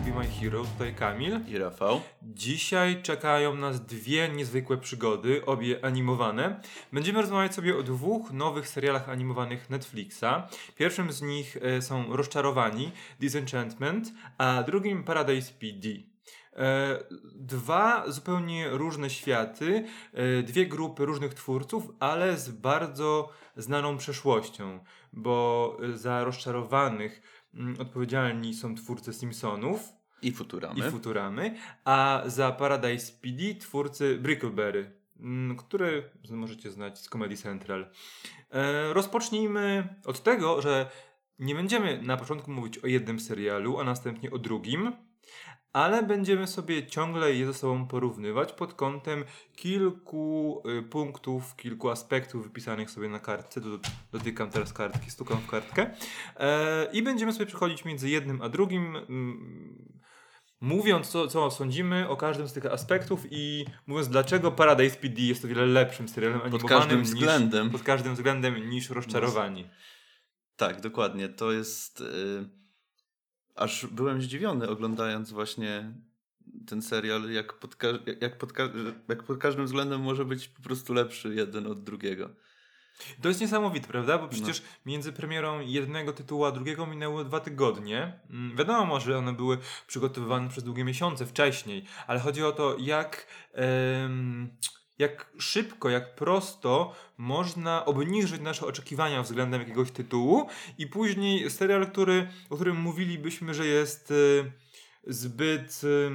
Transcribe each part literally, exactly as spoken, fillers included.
Be My Hero, tutaj Kamil i Rafał. Dzisiaj czekają nas dwie niezwykłe przygody, obie animowane. Będziemy rozmawiać sobie o dwóch nowych serialach animowanych Netflixa. Pierwszym z nich e, są Rozczarowani, Disenchantment, a drugim Paradise P D. E, dwa zupełnie różne światy, e, dwie grupy różnych twórców, ale z bardzo znaną przeszłością, bo za Rozczarowanych m, odpowiedzialni są twórcy Simpsonów I Futuramy. i Futuramy, a za Paradise P D twórcy Brickleberry, m, który możecie znać z Comedy Central. E, rozpocznijmy od tego, że nie będziemy na początku mówić o jednym serialu, a następnie o drugim, ale będziemy sobie ciągle je ze sobą porównywać pod kątem kilku y, punktów, kilku aspektów wypisanych sobie na kartce. Do, dotykam teraz kartki, stukam w kartkę. E, I będziemy sobie przechodzić między jednym a drugim, mm, mówiąc co, co sądzimy o każdym z tych aspektów i mówiąc dlaczego Paradise P D jest o wiele lepszym serialem Pod animowanym każdym niż, względem. pod każdym względem niż Rozczarowani. Tak, dokładnie. To jest... Yy... Aż byłem zdziwiony oglądając właśnie ten serial, jak pod, ka- jak, pod ka- jak pod każdym względem może być po prostu lepszy jeden od drugiego. To jest niesamowite, prawda? Bo przecież no. między premierą jednego tytułu a drugiego minęły dwa tygodnie. Mm, wiadomo może, one były przygotowywane przez długie miesiące wcześniej, ale chodzi o to, jak... Em, jak szybko, jak prosto można obniżyć nasze oczekiwania względem jakiegoś tytułu i później serial, który, o którym mówilibyśmy, że jest y, zbyt y,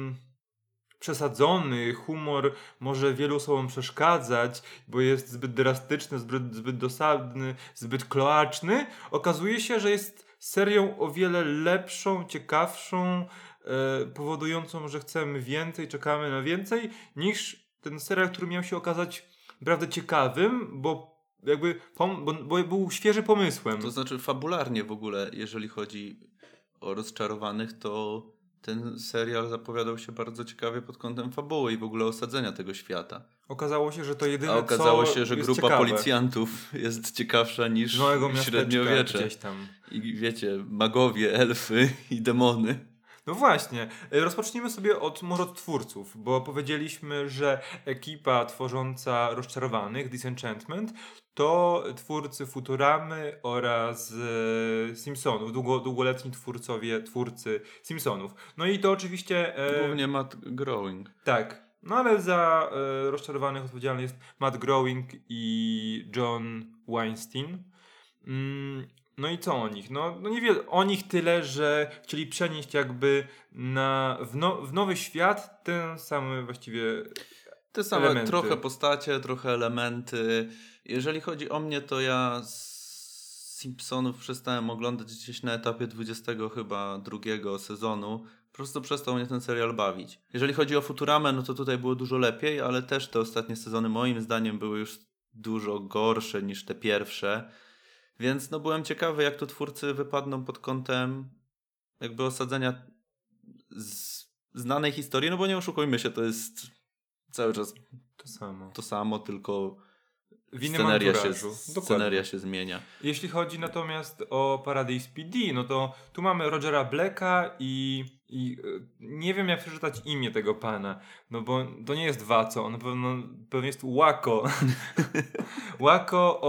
przesadzony, humor może wielu osobom przeszkadzać, bo jest zbyt drastyczny, zbyt, zbyt dosadny, zbyt kloaczny, okazuje się, że jest serią o wiele lepszą, ciekawszą, y, powodującą, że chcemy więcej, czekamy na więcej, niż ten serial, który miał się okazać naprawdę ciekawym, bo jakby pom- bo, bo był świeży pomysłem. To znaczy fabularnie w ogóle, jeżeli chodzi o Rozczarowanych, to ten serial zapowiadał się bardzo ciekawie pod kątem fabuły i w ogóle osadzenia tego świata. Okazało się, że to jedyne, A okazało co się, że jest grupa ciekawe. policjantów jest ciekawsza niż średniowiecze. Gdzieś tam. I wiecie, magowie, elfy i demony. No właśnie, rozpocznijmy sobie od może od twórców, bo powiedzieliśmy, że ekipa tworząca Rozczarowanych, Disenchantment, to twórcy Futuramy oraz e, Simpsonów, długo, długoletni twórcowie, twórcy Simpsonów. No i to oczywiście... E, Głównie Matt Groening. Tak, no ale za e, Rozczarowanych odpowiedzialny jest Matt Groening i John Weinstein. Mm, No i co o nich? No, no niewiele. O nich tyle, że chcieli przenieść jakby na, w, no, w nowy świat te same właściwie Te same elementy. Trochę postacie, trochę elementy. Jeżeli chodzi o mnie, to ja z Simpsonów przestałem oglądać gdzieś na etapie dwudziestego chyba drugiego sezonu. Po prostu przestał mnie ten serial bawić. Jeżeli chodzi o Futuramę, no to tutaj było dużo lepiej, ale też te ostatnie sezony moim zdaniem były już dużo gorsze niż te pierwsze. Więc no byłem ciekawy, jak to twórcy wypadną pod kątem jakby osadzenia z znanej historii, no bo nie oszukujmy się, to jest cały czas to samo. To samo, tylko w innym sceneria, się, Dokładnie. sceneria się zmienia. Jeśli chodzi natomiast o Paradise P D, no to tu mamy Rogera Blacka i, i nie wiem jak przeczytać imię tego pana, no bo to nie jest Waco, on pewno, pewnie jest Wako. Wako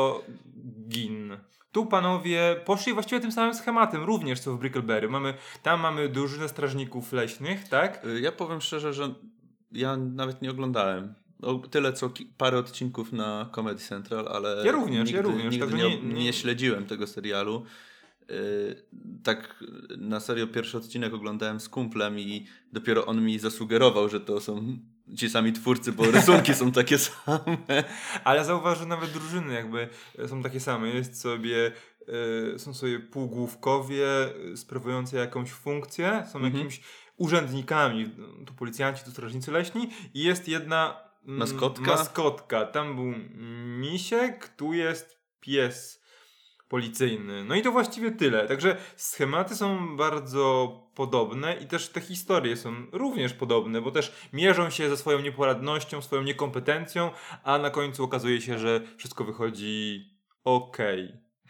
O'Gin. Tu panowie poszli właściwie tym samym schematem, również co w Brickleberry. Mamy, tam mamy drużynę strażników leśnych, tak? Ja powiem szczerze, że ja nawet nie oglądałem. Tyle co ki- parę odcinków na Comedy Central, ale ja również, nigdy, ja również. nigdy tak nie, nie, nie... nie śledziłem tego serialu. Yy, tak na serio pierwszy odcinek oglądałem z kumplem i dopiero on mi zasugerował, że to są ci sami twórcy, bo rysunki są takie same. Ale zauważ, że nawet drużyny jakby są takie same. Jest sobie, yy, są sobie półgłówkowie sprawujący jakąś funkcję, są Mhm. jakimiś urzędnikami, tu policjanci, tu strażnicy leśni i jest jedna mm, Maskotka? maskotka. Tam był misiek, tu jest pies policyjny. No i to właściwie tyle. Także schematy są bardzo podobne i też te historie są również podobne, bo też mierzą się ze swoją nieporadnością, swoją niekompetencją, a na końcu okazuje się, że wszystko wychodzi okej.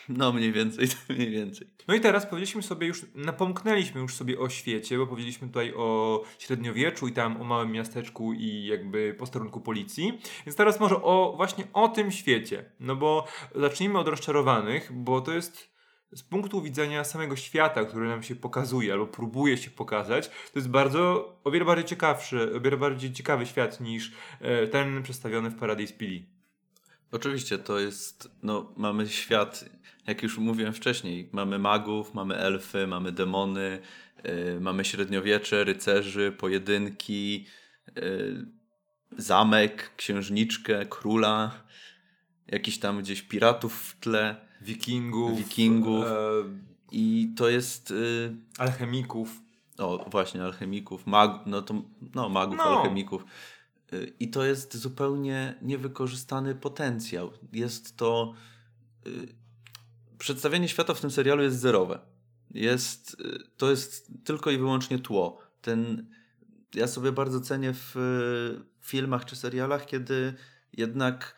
No mniej więcej, to mniej więcej. No i teraz powiedzieliśmy sobie już, napomknęliśmy już sobie o świecie, bo powiedzieliśmy tutaj o średniowieczu i tam o małym miasteczku i jakby posterunku policji. Więc teraz może o właśnie o tym świecie. No bo zacznijmy od Rozczarowanych, bo to jest z punktu widzenia samego świata, który nam się pokazuje albo próbuje się pokazać, to jest bardzo, o wiele bardziej ciekawszy, o wiele bardziej ciekawy świat niż e, ten przedstawiony w Paradise P D. Oczywiście to jest, no mamy świat, jak już mówiłem wcześniej, mamy magów, mamy elfy, mamy demony, yy, mamy średniowiecze, rycerzy, pojedynki, yy, zamek, księżniczkę, króla, jakiś tam gdzieś piratów w tle, Wikingów, wikingów e, i to jest... Yy, alchemików. o właśnie, alchemików, mag, no to no magów, No. alchemików. I to jest zupełnie niewykorzystany potencjał. Jest to... Y, przedstawienie świata w tym serialu jest zerowe. Jest, y, to jest tylko i wyłącznie tło. Ten, ja sobie bardzo cenię w y, filmach czy serialach, kiedy jednak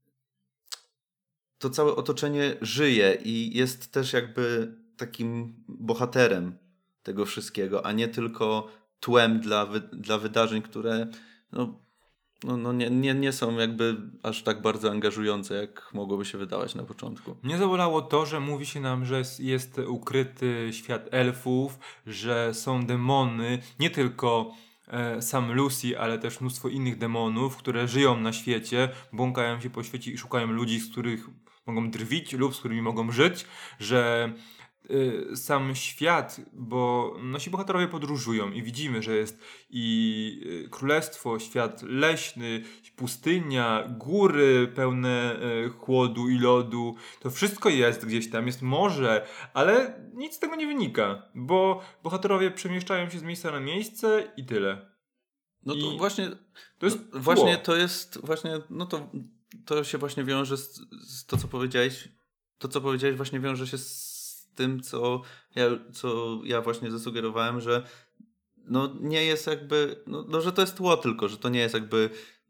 to całe otoczenie żyje i jest też jakby takim bohaterem tego wszystkiego, a nie tylko tłem dla, wy, dla wydarzeń, które... No, No, no nie, nie, nie są jakby aż tak bardzo angażujące, jak mogłoby się wydawać na początku. Mnie zabolało to, że mówi się nam, że jest, jest ukryty świat elfów, że są demony, nie tylko e, sam Lucy, ale też mnóstwo innych demonów, które żyją na świecie, błąkają się po świecie i szukają ludzi, z których mogą drwić lub z którymi mogą żyć, że y, sam świat, bo nasi bohaterowie podróżują i widzimy, że jest i y, królestwo, świat leśny, pustynia, góry pełne y, chłodu i lodu. To wszystko jest gdzieś tam, jest morze, ale nic z tego nie wynika, bo bohaterowie przemieszczają się z miejsca na miejsce i tyle. No to I właśnie to jest no, właśnie tło. to jest właśnie, no to, to się właśnie wiąże z, z to, co powiedziałeś. To, co powiedziałeś, właśnie wiąże się z tym, co ja, co ja właśnie zasugerowałem, że no nie jest jakby, no, no że to jest tło tylko, że to nie jest jakby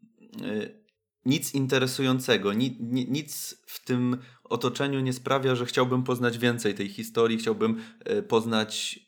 y, nic interesującego, ni, ni, nic w tym otoczeniu nie sprawia, że chciałbym poznać więcej tej historii, chciałbym y, poznać,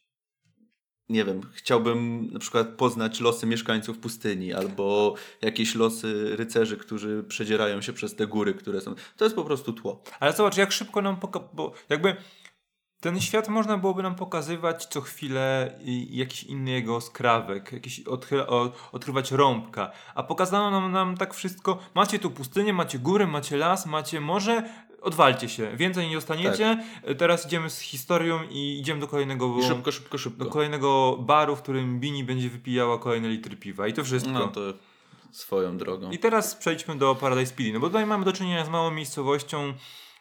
nie wiem, chciałbym na przykład poznać losy mieszkańców pustyni albo jakieś losy rycerzy, którzy przedzierają się przez te góry, które są. To jest po prostu tło. Ale zobacz, jak szybko nam poka- bo jakby ten świat można byłoby nam pokazywać co chwilę i jakiś inny jego skrawek, jakiś odchyla, o, odkrywać rąbka. A pokazano nam, nam tak wszystko, macie tu pustynię, macie góry, macie las, macie morze, odwalcie się, więcej nie dostaniecie. Teraz idziemy z historią i idziemy do kolejnego, I szybko, szybko, szybko. do kolejnego baru, w którym Bini będzie wypijała kolejne litry piwa i to wszystko. No to swoją drogą. I teraz przejdźmy do Paradise P D, no bo tutaj mamy do czynienia z małą miejscowością,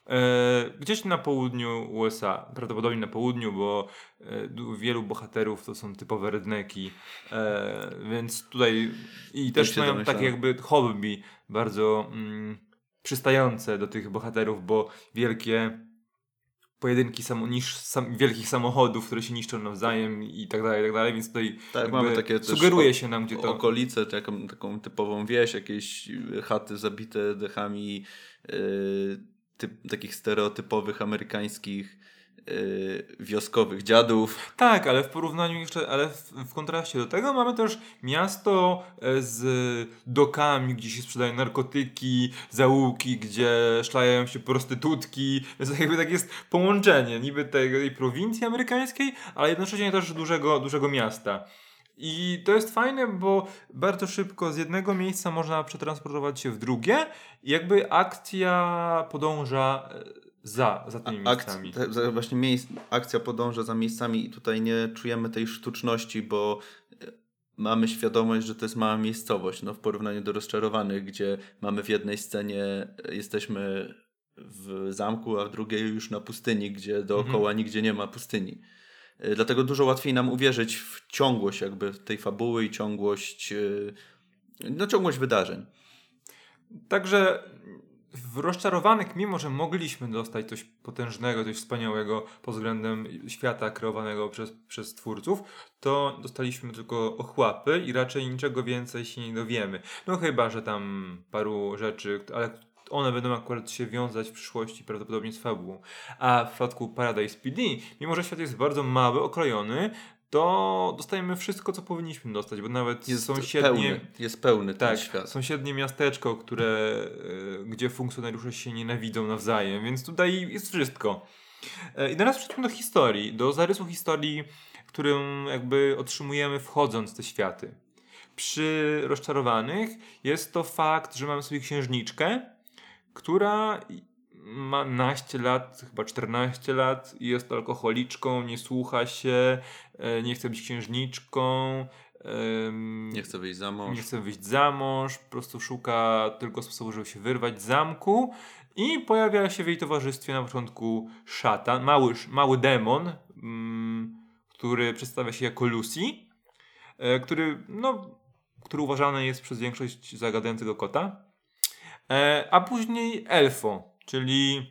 E, gdzieś na południu U S A, prawdopodobnie na południu, bo e, du- wielu bohaterów to są typowe redneki, e, więc tutaj i też się mają domyślałem. takie jakby hobby bardzo mm, przystające do tych bohaterów, bo wielkie pojedynki samo, niż sam, wielkich samochodów, które się niszczą nawzajem i tak dalej, i tak dalej, więc tutaj Tak, jakby mamy takie też sugeruje o- się nam, gdzie to... okolice, taką, taką typową wieś, jakieś chaty zabite dechami yy, typ, takich stereotypowych amerykańskich yy, wioskowych dziadów. Tak, ale w porównaniu jeszcze, ale w, w kontraście do tego mamy też miasto e, z dokami, gdzie się sprzedają narkotyki, zaułki, gdzie szlajają się prostytutki, więc jakby tak jest połączenie niby tej, tej prowincji amerykańskiej, ale jednocześnie też dużego, dużego miasta. I to jest fajne, bo bardzo szybko z jednego miejsca można przetransportować się w drugie i jakby akcja podąża e, za, za tymi Akc- miejscami. te- za- właśnie miejsc, akcja podąża za miejscami i tutaj nie czujemy tej sztuczności, bo e, mamy świadomość, że to jest mała miejscowość. No, w porównaniu do Rozczarowanych, gdzie mamy w jednej scenie, e, jesteśmy w zamku, a w drugiej już na pustyni, gdzie dookoła nigdzie nie ma pustyni. E, Dlatego dużo łatwiej nam uwierzyć w ciągłość jakby tej fabuły i ciągłość, e, no ciągłość wydarzeń. Także w Rozczarowanych, mimo że mogliśmy dostać coś potężnego, coś wspaniałego pod względem świata kreowanego przez, przez twórców, to dostaliśmy tylko ochłapy i raczej niczego więcej się nie dowiemy. No chyba, że tam paru rzeczy, ale one będą akurat się wiązać w przyszłości prawdopodobnie z fabułą. A w przypadku Paradise P D, mimo że świat jest bardzo mały, okrojony, to dostajemy wszystko, co powinniśmy dostać, bo nawet jest sąsiednie... Pełny, jest pełny ten tak, świat. sąsiednie miasteczko, które, gdzie funkcjonariusze się nienawidzą nawzajem, więc tutaj jest wszystko. I teraz przejdźmy do historii, do zarysu historii, którą jakby otrzymujemy wchodząc w te światy. Przy Rozczarowanych jest to fakt, że mamy sobie księżniczkę, która ma naście lat, chyba czternaście lat, jest alkoholiczką, nie słucha się, nie chce być księżniczką, nie chce wyjść za mąż. Nie chce wyjść za mąż, po prostu szuka tylko sposobu, żeby się wyrwać z zamku i pojawia się w jej towarzystwie na początku szatan, mały, mały demon, mm, który przedstawia się jako Lucy, e, który, no, który uważany jest przez większość za gadającego kota, e, a później Elfo, czyli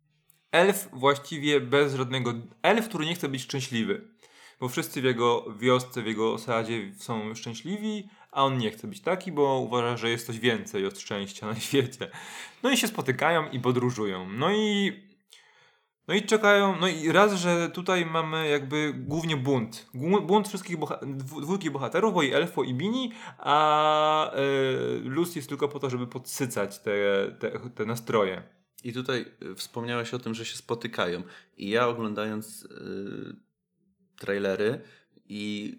elf właściwie bez żadnego, elf, który nie chce być szczęśliwy. Bo wszyscy w jego wiosce, w jego osadzie są szczęśliwi, a on nie chce być taki, bo uważa, że jest coś więcej od szczęścia na świecie. No i się spotykają i podróżują. No i no i czekają, no i raz, że tutaj mamy jakby głównie bunt. Bunt wszystkich boha- dwójki bohaterów, bo i Elfo i Bini, a e, Lucy jest tylko po to, żeby podsycać te, te, te nastroje. I tutaj wspomniałeś o tym, że się spotykają. I ja oglądając... Yy... trailery i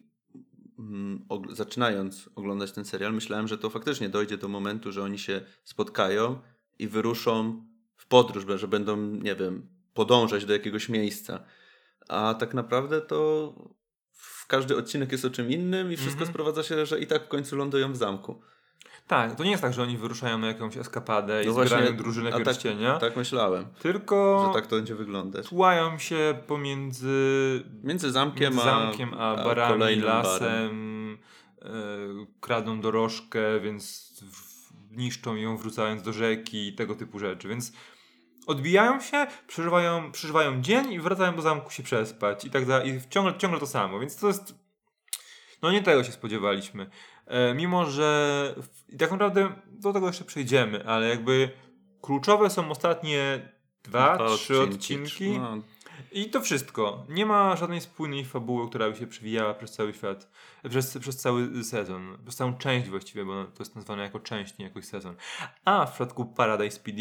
mm, og- zaczynając oglądać ten serial, myślałem, że to faktycznie dojdzie do momentu, że oni się spotkają i wyruszą w podróż, że będą, nie wiem, podążać do jakiegoś miejsca. A tak naprawdę to każdy odcinek jest o czym innym i wszystko mm-hmm. sprowadza się, że i tak w końcu lądują w zamku. Tak, to nie jest tak, że oni wyruszają na jakąś eskapadę no i zbierają właśnie, drużynę pierścienia. Tak, tak myślałem. Tylko że tak to będzie wyglądać. Tłają się pomiędzy między zamkiem, między zamkiem a, a barami, lasem, e, kradną dorożkę, więc w, niszczą ją wrzucając do rzeki i tego typu rzeczy. Więc odbijają się, przeżywają, przeżywają dzień i wracają do zamku się przespać i tak dalej. I ciągle, ciągle to samo, więc to jest... No nie tego się spodziewaliśmy. E, mimo, że w, tak naprawdę do tego jeszcze przejdziemy, ale jakby kluczowe są ostatnie dwa, dwa trzy odcinki, odcinki no. I to wszystko. Nie ma żadnej spójnej fabuły, która by się przewijała przez cały świat, przez, przez cały sezon, przez całą część właściwie, bo to jest nazwane jako część, nie jakoś sezon. A w przypadku Paradise P D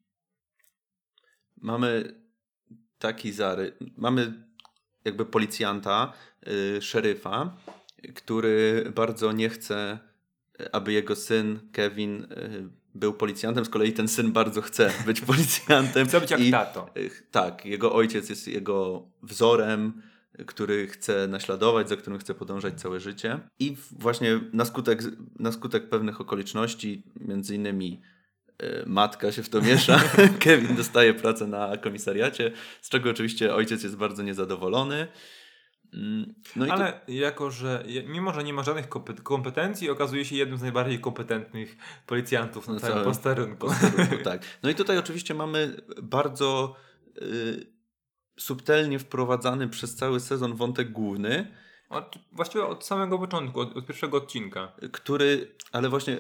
mamy taki zary, mamy jakby policjanta, yy, szeryfa, który bardzo nie chce, aby jego syn Kevin był policjantem. Z kolei ten syn bardzo chce być policjantem. Chce być jak I, tato. Tak, jego ojciec jest jego wzorem, który chce naśladować, za którym chce podążać całe życie. I właśnie na skutek, na skutek pewnych okoliczności, między innymi matka się w to miesza, Kevin dostaje pracę na komisariacie, z czego oczywiście ojciec jest bardzo niezadowolony. No ale to... jako, że mimo, że nie ma żadnych kompetencji, okazuje się jednym z najbardziej kompetentnych policjantów na, na całym posterunku. posterunku tak. No i tutaj oczywiście mamy bardzo y, subtelnie wprowadzany przez cały sezon wątek główny. Od, właściwie od samego początku, od, od pierwszego odcinka. Który, ale właśnie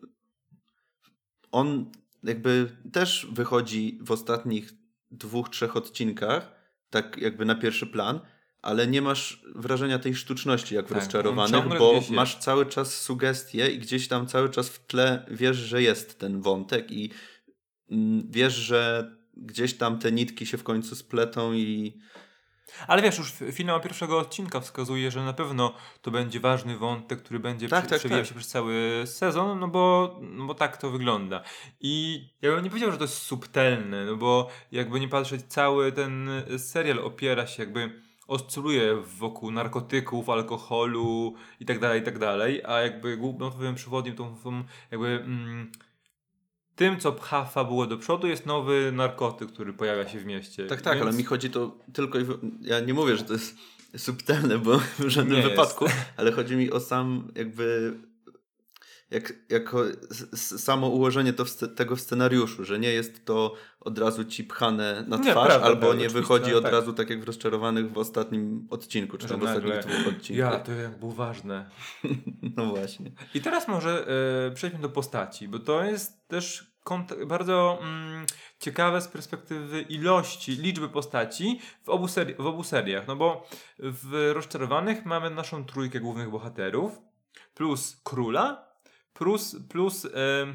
on jakby też wychodzi w ostatnich dwóch, trzech odcinkach, tak jakby na pierwszy plan, ale nie masz wrażenia tej sztuczności jak w tak, Rozczarowanych, bo masz cały czas sugestie i gdzieś tam cały czas w tle wiesz, że jest ten wątek i mm, wiesz, że gdzieś tam te nitki się w końcu spletą i... Ale wiesz, już finał pierwszego odcinka wskazuje, że na pewno to będzie ważny wątek, który będzie tak, przy, tak, przewijał tak. się przez cały sezon, no bo, no bo tak to wygląda. I ja bym nie powiedział, że to jest subtelne, no bo jakby nie patrzeć, cały ten serial opiera się jakby... oscyluje wokół narkotyków, alkoholu i tak dalej, i tak dalej, a jakby główną twoim przewodnim tą, tą jakby mm, tym, co pcha fabułę do przodu, jest nowy narkotyk, który pojawia się w mieście. Tak, tak, Więc... ale mi chodzi to tylko i... Ja nie mówię, że to jest subtelne, bo w żadnym nie wypadku, jest. Ale chodzi mi o sam jakby... Jak, jako s- samo ułożenie to w st- tego w scenariuszu, że nie jest to od razu ci pchane na twarz, nie, prawda, prawda, albo nie wychodzi od tak. razu tak jak w Rozczarowanych w ostatnim odcinku, czy tam w ostatnich dwóch odcinkach. Ja, to jak było ważne. No właśnie. I teraz może e, przejdźmy do postaci, bo to jest też kont- bardzo mm, ciekawe z perspektywy ilości, liczby postaci w obu, seri- w obu seriach. No bo w Rozczarowanych mamy naszą trójkę głównych bohaterów, plus króla, plus, plus em,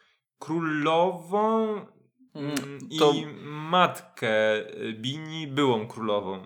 królową Mm, mm, to- i matkę y, Bini, byłą królową.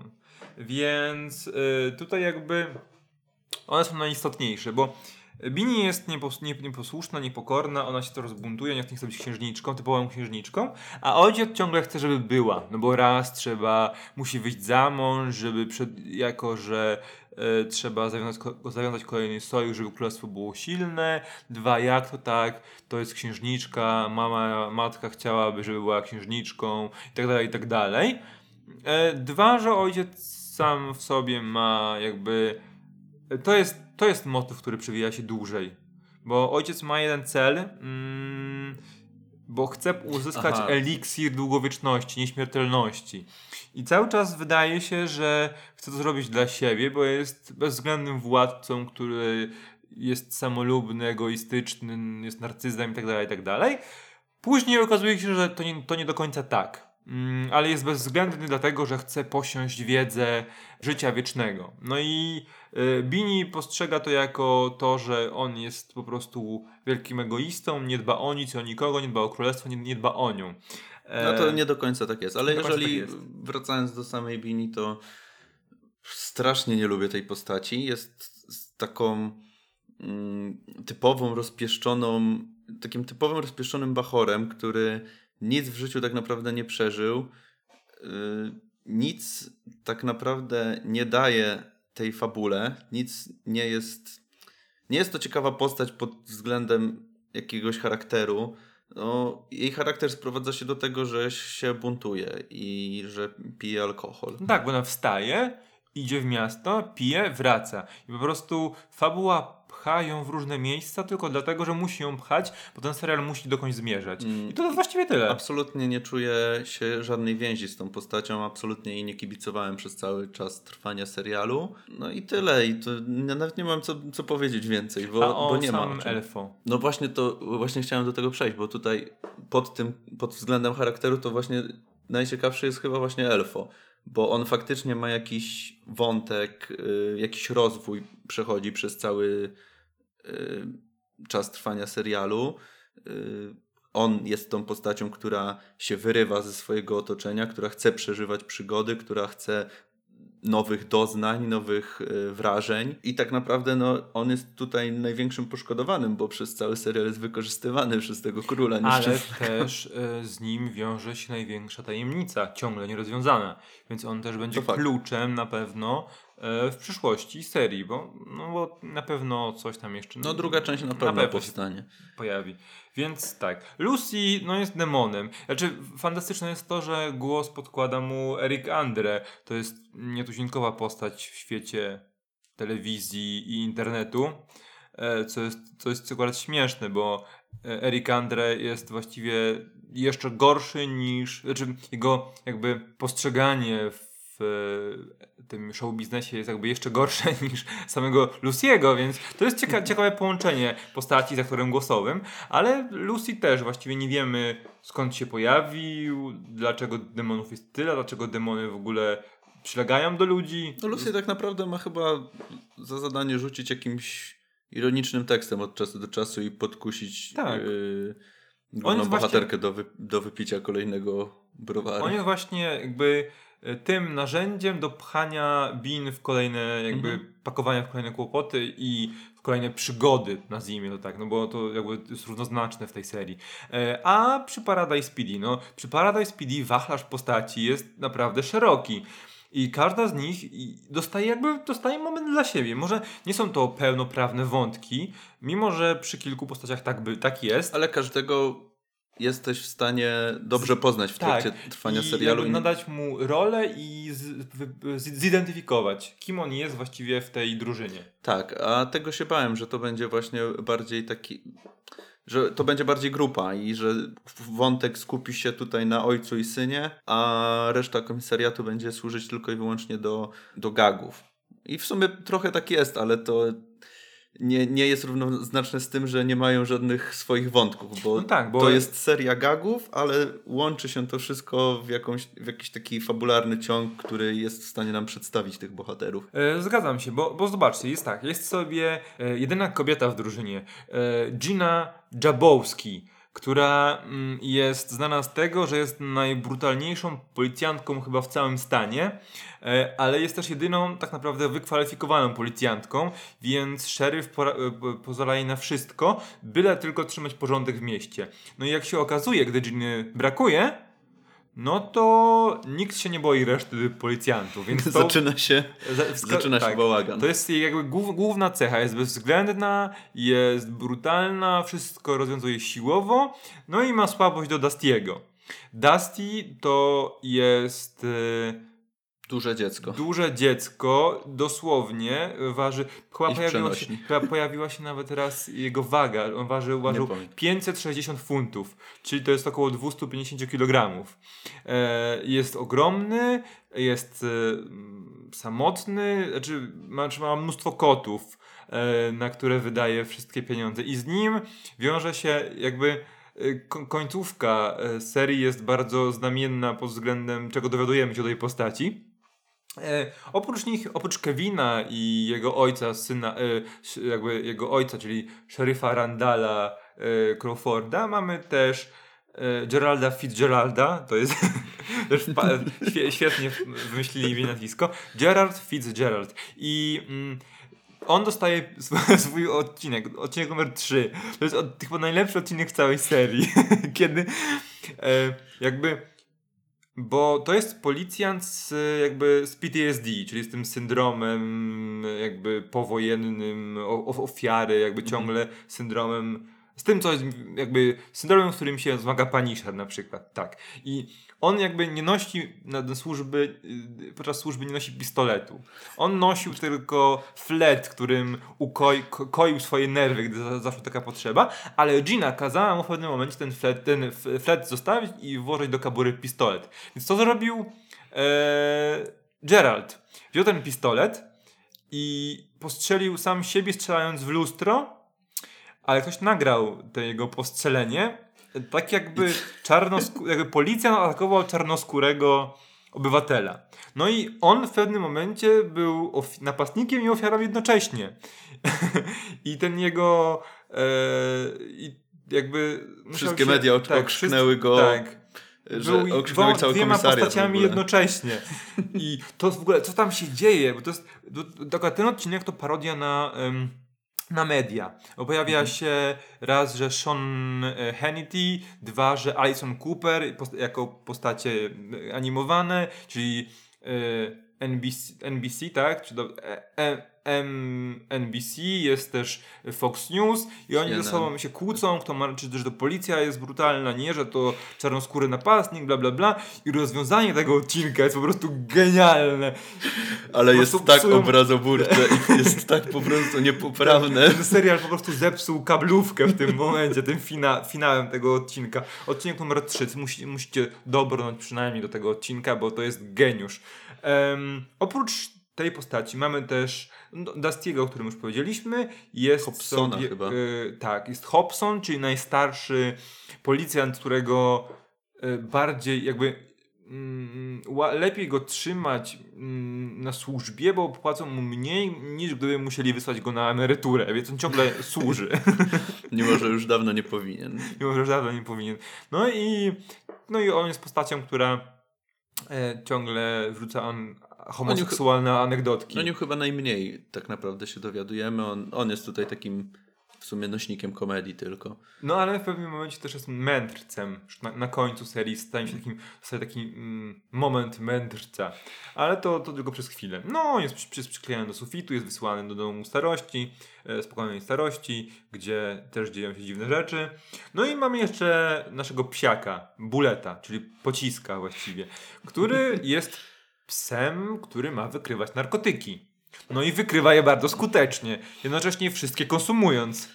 Więc y, tutaj jakby one są najistotniejsze, bo Bini jest niepos- nie- nieposłuszna, niepokorna, ona się to rozbuntuje, nie chce nie chce być księżniczką, typową księżniczką, a ojciec ciągle chce, żeby była, no bo raz trzeba, musi wyjść za mąż, żeby przed, jako, że e, trzeba zawiązać, ko- zawiązać kolejny sojusz, żeby królestwo było silne, dwa, jak to tak, to jest księżniczka, mama, matka chciałaby, żeby była księżniczką i tak dalej, i tak dalej. E, Dwa, że ojciec sam w sobie ma jakby to jest, to jest motyw, który przewija się dłużej. Bo ojciec ma jeden cel, mm, bo chce uzyskać Aha. eliksir długowieczności, nieśmiertelności. I cały czas wydaje się, że chce to zrobić dla siebie, bo jest bezwzględnym władcą, który jest samolubny, egoistyczny, jest narcyzmem itd., itd. Później okazuje się, że to nie, to nie do końca tak. Mm, ale jest bezwzględny dlatego, że chce posiąść wiedzę życia wiecznego. No i y, Bini postrzega to jako to, że on jest po prostu wielkim egoistą, nie dba o nic, o nikogo, nie dba o królestwo, nie, nie dba o nią. E, No to nie do końca tak jest, ale nie do końca jeżeli, tak jest. wracając do samej Bini, to strasznie nie lubię tej postaci. Jest z taką mm, typową, rozpieszczoną, takim typowym rozpieszczonym bachorem, który nic w życiu tak naprawdę nie przeżył. Yy, nic tak naprawdę nie daje tej fabule. Nic nie jest... Nie jest to ciekawa postać pod względem jakiegoś charakteru. No, jej charakter sprowadza się do tego, że się buntuje i że pije alkohol. No tak, bo ona wstaje, idzie w miasto, pije, wraca. I po prostu fabuła pcha ją w różne miejsca tylko dlatego, że musi ją pchać, bo ten serial musi dokądś zmierzać. Mm. I to właściwie tyle. Absolutnie nie czuję się żadnej więzi z tą postacią, absolutnie jej nie kibicowałem przez cały czas trwania serialu. No i tyle. I to ja nawet nie mam co, co powiedzieć więcej, bo, A o bo nie ma o samym czym. elfo. No właśnie to, właśnie chciałem do tego przejść, bo tutaj pod tym, pod względem charakteru to właśnie najciekawszy jest chyba właśnie Elfo, bo on faktycznie ma jakiś wątek, y, jakiś rozwój przechodzi przez cały y, czas trwania serialu. Y, on jest tą postacią, która się wyrywa ze swojego otoczenia, która chce przeżywać przygody, która chce nowych doznań, nowych y, wrażeń i tak naprawdę no, on jest tutaj największym poszkodowanym, bo przez cały serial jest wykorzystywany przez tego króla Ale nieszczęsnego. też y, z nim wiąże się największa tajemnica, ciągle nierozwiązana. Więc on też będzie To fakt. kluczem na pewno y, w przyszłości serii, bo, no, bo na pewno coś tam jeszcze... No druga część na pewno, się powstanie. pojawi. Więc tak, Lucy no jest demonem. Znaczy fantastyczne jest to, że głos podkłada mu Eric Andre. To jest nietuzinkowa postać w świecie telewizji i internetu. E, Co jest, co jest akurat śmieszne, bo e, Eric Andre jest właściwie jeszcze gorszy niż, znaczy jego jakby postrzeganie w e, tym show biznesie jest jakby jeszcze gorsze niż samego Lucy'ego, więc to jest cieka- ciekawe połączenie postaci z aktorem głosowym, ale Lucy też właściwie nie wiemy skąd się pojawił, dlaczego demonów jest tyle, dlaczego demony w ogóle przylegają do ludzi. No Lucy tak naprawdę ma chyba za zadanie rzucić jakimś ironicznym tekstem od czasu do czasu i podkusić Tak. yy, On główną jest bohaterkę do, wy, do wypicia kolejnego browaru. On jest właśnie jakby e, tym narzędziem do pchania Bean w kolejne, jakby Mhm. pakowania w kolejne kłopoty i w kolejne przygody, nazwijmy to tak, no bo to jakby jest równoznaczne w tej serii. E, a przy Paradise P D, no przy Paradise P D wachlarz postaci jest naprawdę szeroki. I każda z nich i- dostaje jakby dostaje moment dla siebie. Może nie są to pełnoprawne wątki, mimo że przy kilku postaciach tak, by, tak jest. Ale każdego jesteś w stanie dobrze poznać w trakcie Tak, trwania i serialu. jakby nadać mu rolę i z, wy- z, zidentyfikować, kim on jest właściwie w tej drużynie. Tak, a tego się bałem, że to będzie właśnie bardziej taki... Że to będzie bardziej grupa i że wątek skupi się tutaj na ojcu i synie, a reszta komisariatu będzie służyć tylko i wyłącznie do, do gagów. I w sumie trochę tak jest, ale to nie, nie jest równoznaczne z tym, że nie mają żadnych swoich wątków, bo, No tak, bo to jest seria gagów, ale łączy się to wszystko w, jakąś, w jakiś taki fabularny ciąg, który jest w stanie nam przedstawić tych bohaterów. E, zgadzam się, bo, bo zobaczcie, jest tak, jest sobie e, jedyna kobieta w drużynie, e, Gina Jabowski, która mm, jest znana z tego, że jest najbrutalniejszą policjantką chyba w całym stanie, e, ale jest też jedyną tak naprawdę wykwalifikowaną policjantką, więc szeryf pora- e, pozwala jej na wszystko, byle tylko trzymać porządek w mieście. No i jak się okazuje, gdy Giny brakuje, no to nikt się nie boi reszty policjantów, więc to... Zaczyna się, Za- wska- zaczyna się tak. bałagan. To jest jej jakby głów, główna cecha, jest bezwzględna, jest brutalna, wszystko rozwiązuje siłowo, no i ma słabość do Dustiego. Dusty to jest e, Duże dziecko. duże dziecko, dosłownie waży, chyba I w pojawiła się, przenośni. chyba pojawiła się nawet raz jego waga, on ważył, ważył pamiętam. pięćset sześćdziesiąt funtów, czyli to jest około dwieście pięćdziesiąt kilogramów. E, jest ogromny, jest e, samotny, znaczy ma, czy ma mnóstwo kotów, e, na które wydaje wszystkie pieniądze i z nim wiąże się jakby e, ko- końcówka e, serii jest bardzo znamienna pod względem czego dowiadujemy się o tej postaci. E, oprócz nich, oprócz Kevina i jego ojca, syna, e, sz- jakby jego ojca, czyli szeryfa Randala e, Crawforda, mamy też e, Geralda Fitzgeralda, to jest też pa, świe, świetnie wymyślili imię i nazwisko, Gerald Fitzgerald i mm, on dostaje sw- swój odcinek, odcinek numer trzy. To jest od, chyba najlepszy odcinek w całej serii, kiedy e, jakby bo to jest policjant z, jakby z P T S D, czyli z tym syndromem jakby powojennym o, o- ofiary, jakby ciągle syndromem, z tym co jest jakby syndromem, z którym się zmaga Punisher na przykład, tak. I on jakby nie nosi na na służby, y, podczas służby nie nosi pistoletu. On nosił tylko flet, którym ukoi, ko- koił swoje nerwy, gdy za- zaszła taka potrzeba, ale Gina kazała mu w pewnym momencie ten flet, ten f- flet zostawić i włożyć do kabury pistolet. Więc co zrobił e, Gerald? Wziął ten pistolet i postrzelił sam siebie strzelając w lustro, ale ktoś nagrał to jego postrzelenie, tak jakby, czarnoskó- jakby policjant atakował czarnoskórego obywatela. No i on w pewnym momencie był ofi- napastnikiem i ofiarą jednocześnie. I ten jego e, i jakby musiał Wszystkie się- media tak, okrzyknęły wszyscy- go, Tak. że Był okrzyknęły dwoma- cały dwiema komisariat w postaciami ogóle. jednocześnie. I to w ogóle, co tam się dzieje? Bo to jest, to, to, ten odcinek to parodia na, em, na media. Bo pojawia Mhm. się raz, że Sean e, Hannity, dwa, że Alison Cooper post- jako postacie e, animowane, czyli e, N B C, N B C, tak? Czy do, e, e, M N B C, jest też Fox News i oni C N N. ze sobą się kłócą, kto ma, czy też to policja jest brutalna, nie, że to czarnoskóry napastnik, bla bla bla i rozwiązanie tego odcinka jest po prostu genialne. Ale po jest prostu tak psują- obrazoburcze i jest tak po prostu niepoprawne. Ten serial po prostu zepsuł kablówkę w tym momencie, tym fina, finałem tego odcinka. Odcinek numer trzy, musi, musicie dobrnąć przynajmniej do tego odcinka, bo to jest geniusz. Um, oprócz tej postaci mamy też no, Dustiego, o którym już powiedzieliśmy. Jest Hobsona sobie, chyba. y, tak, jest Hobson, czyli najstarszy policjant, którego y, bardziej jakby mm, ła- lepiej go trzymać mm, na służbie, bo płacą mu mniej niż gdyby musieli wysłać go na emeryturę, więc on ciągle służy. Mimo, że już dawno nie powinien. Mimo, że żaden nie powinien. No i, no i on jest postacią, która e, ciągle wrzuca on homoseksualne anegdotki. No nim chyba najmniej tak naprawdę się dowiadujemy. On, on jest tutaj takim w sumie nośnikiem komedii tylko. No ale w pewnym momencie też jest mędrcem. Już Na, na końcu serii staje się takim, staje taki mm, moment mędrca. Ale to, to tylko przez chwilę. No, jest, przy- jest przyklejony do sufitu, jest wysłany do domu starości, e, spokojnej starości, gdzie też dzieją się dziwne rzeczy. No i mamy jeszcze naszego psiaka, Buleta, czyli pociska właściwie, który jest psem, który ma wykrywać narkotyki. No i wykrywa je bardzo skutecznie, jednocześnie wszystkie konsumując.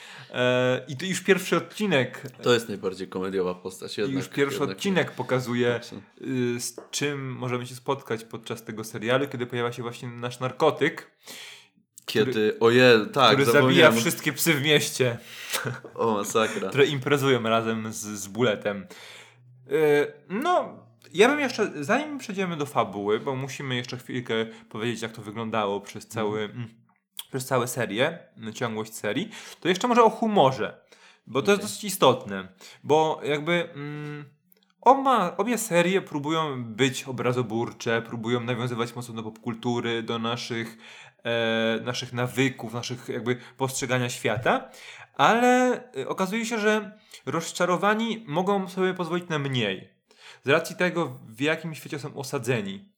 E, I to już pierwszy odcinek. To jest najbardziej komediowa postać. I Jednak, już pierwszy jednak odcinek pokazuje, Hobson. y, z czym możemy się spotkać podczas tego serialu, kiedy pojawia się właśnie nasz narkotyk. Kiedy, który, ojej, tak, który zabija zapomniałem. wszystkie psy w mieście, O, masakra. które imprezują razem z, z Bulletem. Yy, no, ja bym jeszcze, zanim przejdziemy do fabuły, bo musimy jeszcze chwilkę powiedzieć, jak to wyglądało przez cały, mm. przez całą serię, ciągłość serii, to jeszcze może o humorze, bo to Okay. jest dosyć istotne, bo jakby mm, oba, obie serie próbują być obrazoburcze, próbują nawiązywać mocno do popkultury, do naszych, e, naszych nawyków, naszych jakby postrzegania świata, ale e, okazuje się, że rozczarowani mogą sobie pozwolić na mniej. Z racji tego, w jakim świecie są osadzeni.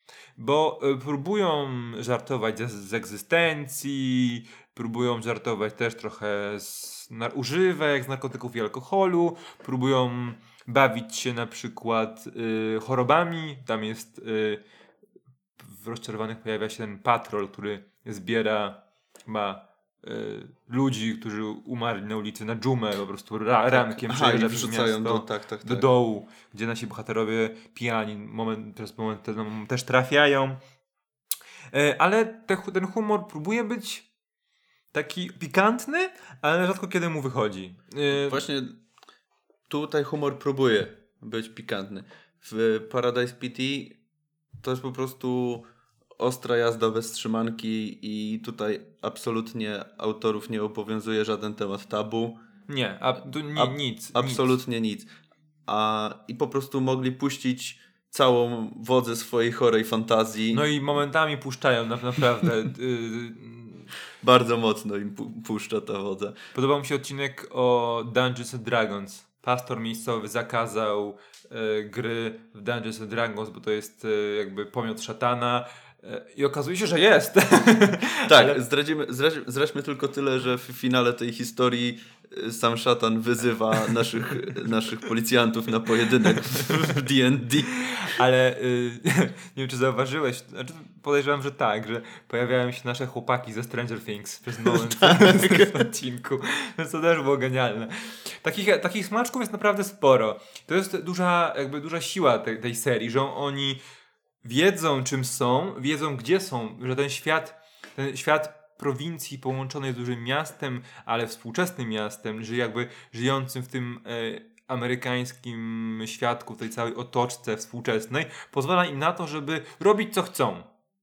Bo y, próbują żartować z, z egzystencji, próbują żartować też trochę z na, używek, z narkotyków i alkoholu, próbują bawić się na przykład y, chorobami. Tam jest y, w Rozczarowanych pojawia się ten patrol, który zbiera ma y, ludzi, którzy umarli na ulicy, na dżumę, po prostu ra, rankiem Aha, przejeżdża i przez wrzucają miasto do, tak, tak, do tak. dołu, gdzie nasi bohaterowie pijani moment, przez moment ten, no, też trafiają. E, ale te, ten humor próbuje być taki pikantny, ale rzadko kiedy mu wychodzi. E, Właśnie tutaj humor próbuje być pikantny. W Paradise P T to jest po prostu ostra jazda bez trzymanki i tutaj absolutnie autorów nie obowiązuje żaden temat tabu. nie, a, tu ni, Ab- nic. Absolutnie nic. nic. A, I po prostu mogli puścić całą wodzę swojej chorej fantazji. No i momentami puszczają na, naprawdę. y, Bardzo mocno im pu- puszcza ta wodza. Podobał mi się odcinek o Dungeons and Dragons. Pastor miejscowy zakazał e, gry w Dungeons and Dragons, bo to jest e, jakby pomiot szatana. E, I okazuje się, że jest. Tak, Ale... zdradzimy, zdradźmy, zdradźmy tylko tyle, że w finale tej historii y, sam szatan wyzywa naszych, naszych policjantów na pojedynek w D and D. Ale y, nie wiem, czy zauważyłeś, znaczy podejrzewam, że tak, że pojawiają się nasze chłopaki ze Stranger Things przez moment Tak. w odcinku, więc to też było genialne. Takich, takich smaczków jest naprawdę sporo. To jest duża, jakby duża siła tej, tej serii, że oni wiedzą, czym są, wiedzą, gdzie są, że ten świat, ten świat prowincji połączony z dużym miastem, ale współczesnym miastem, że jakby żyjącym w tym e, amerykańskim świadku, w tej całej otoczce współczesnej, pozwala im na to, żeby robić co chcą.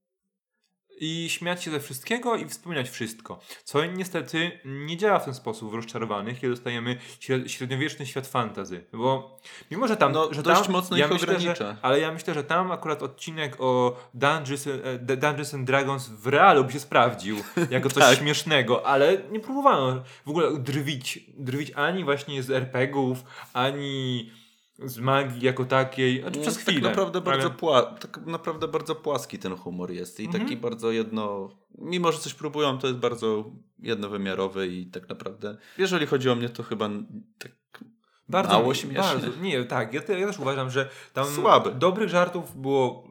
I śmiać się ze wszystkiego i wspominać wszystko. Co niestety nie działa w ten sposób w Rozczarowanych, kiedy dostajemy średniowieczny świat fantasy. Bo mimo, że tam... No, że dość tam, mocno ja ich myślę, ogranicza. że, ale ja myślę, że tam akurat odcinek o Dungeons, e, Dungeons and Dragons w realu by się sprawdził jako coś Tak. śmiesznego, ale nie próbowano w ogóle drwić, drwić ani właśnie z er pe gie ów, ani z magii jako takiej, znaczy przez chwilę. Tak naprawdę, bardzo ale... pła- tak naprawdę bardzo płaski ten humor jest i Mhm. taki bardzo jedno... Mimo, że coś próbują, to jest bardzo jednowymiarowy i tak naprawdę, jeżeli chodzi o mnie, to chyba tak Bardzo, mało śmieszny. Bardzo, nie, tak, ja, te, ja też uważam, że tam Słaby. dobrych żartów było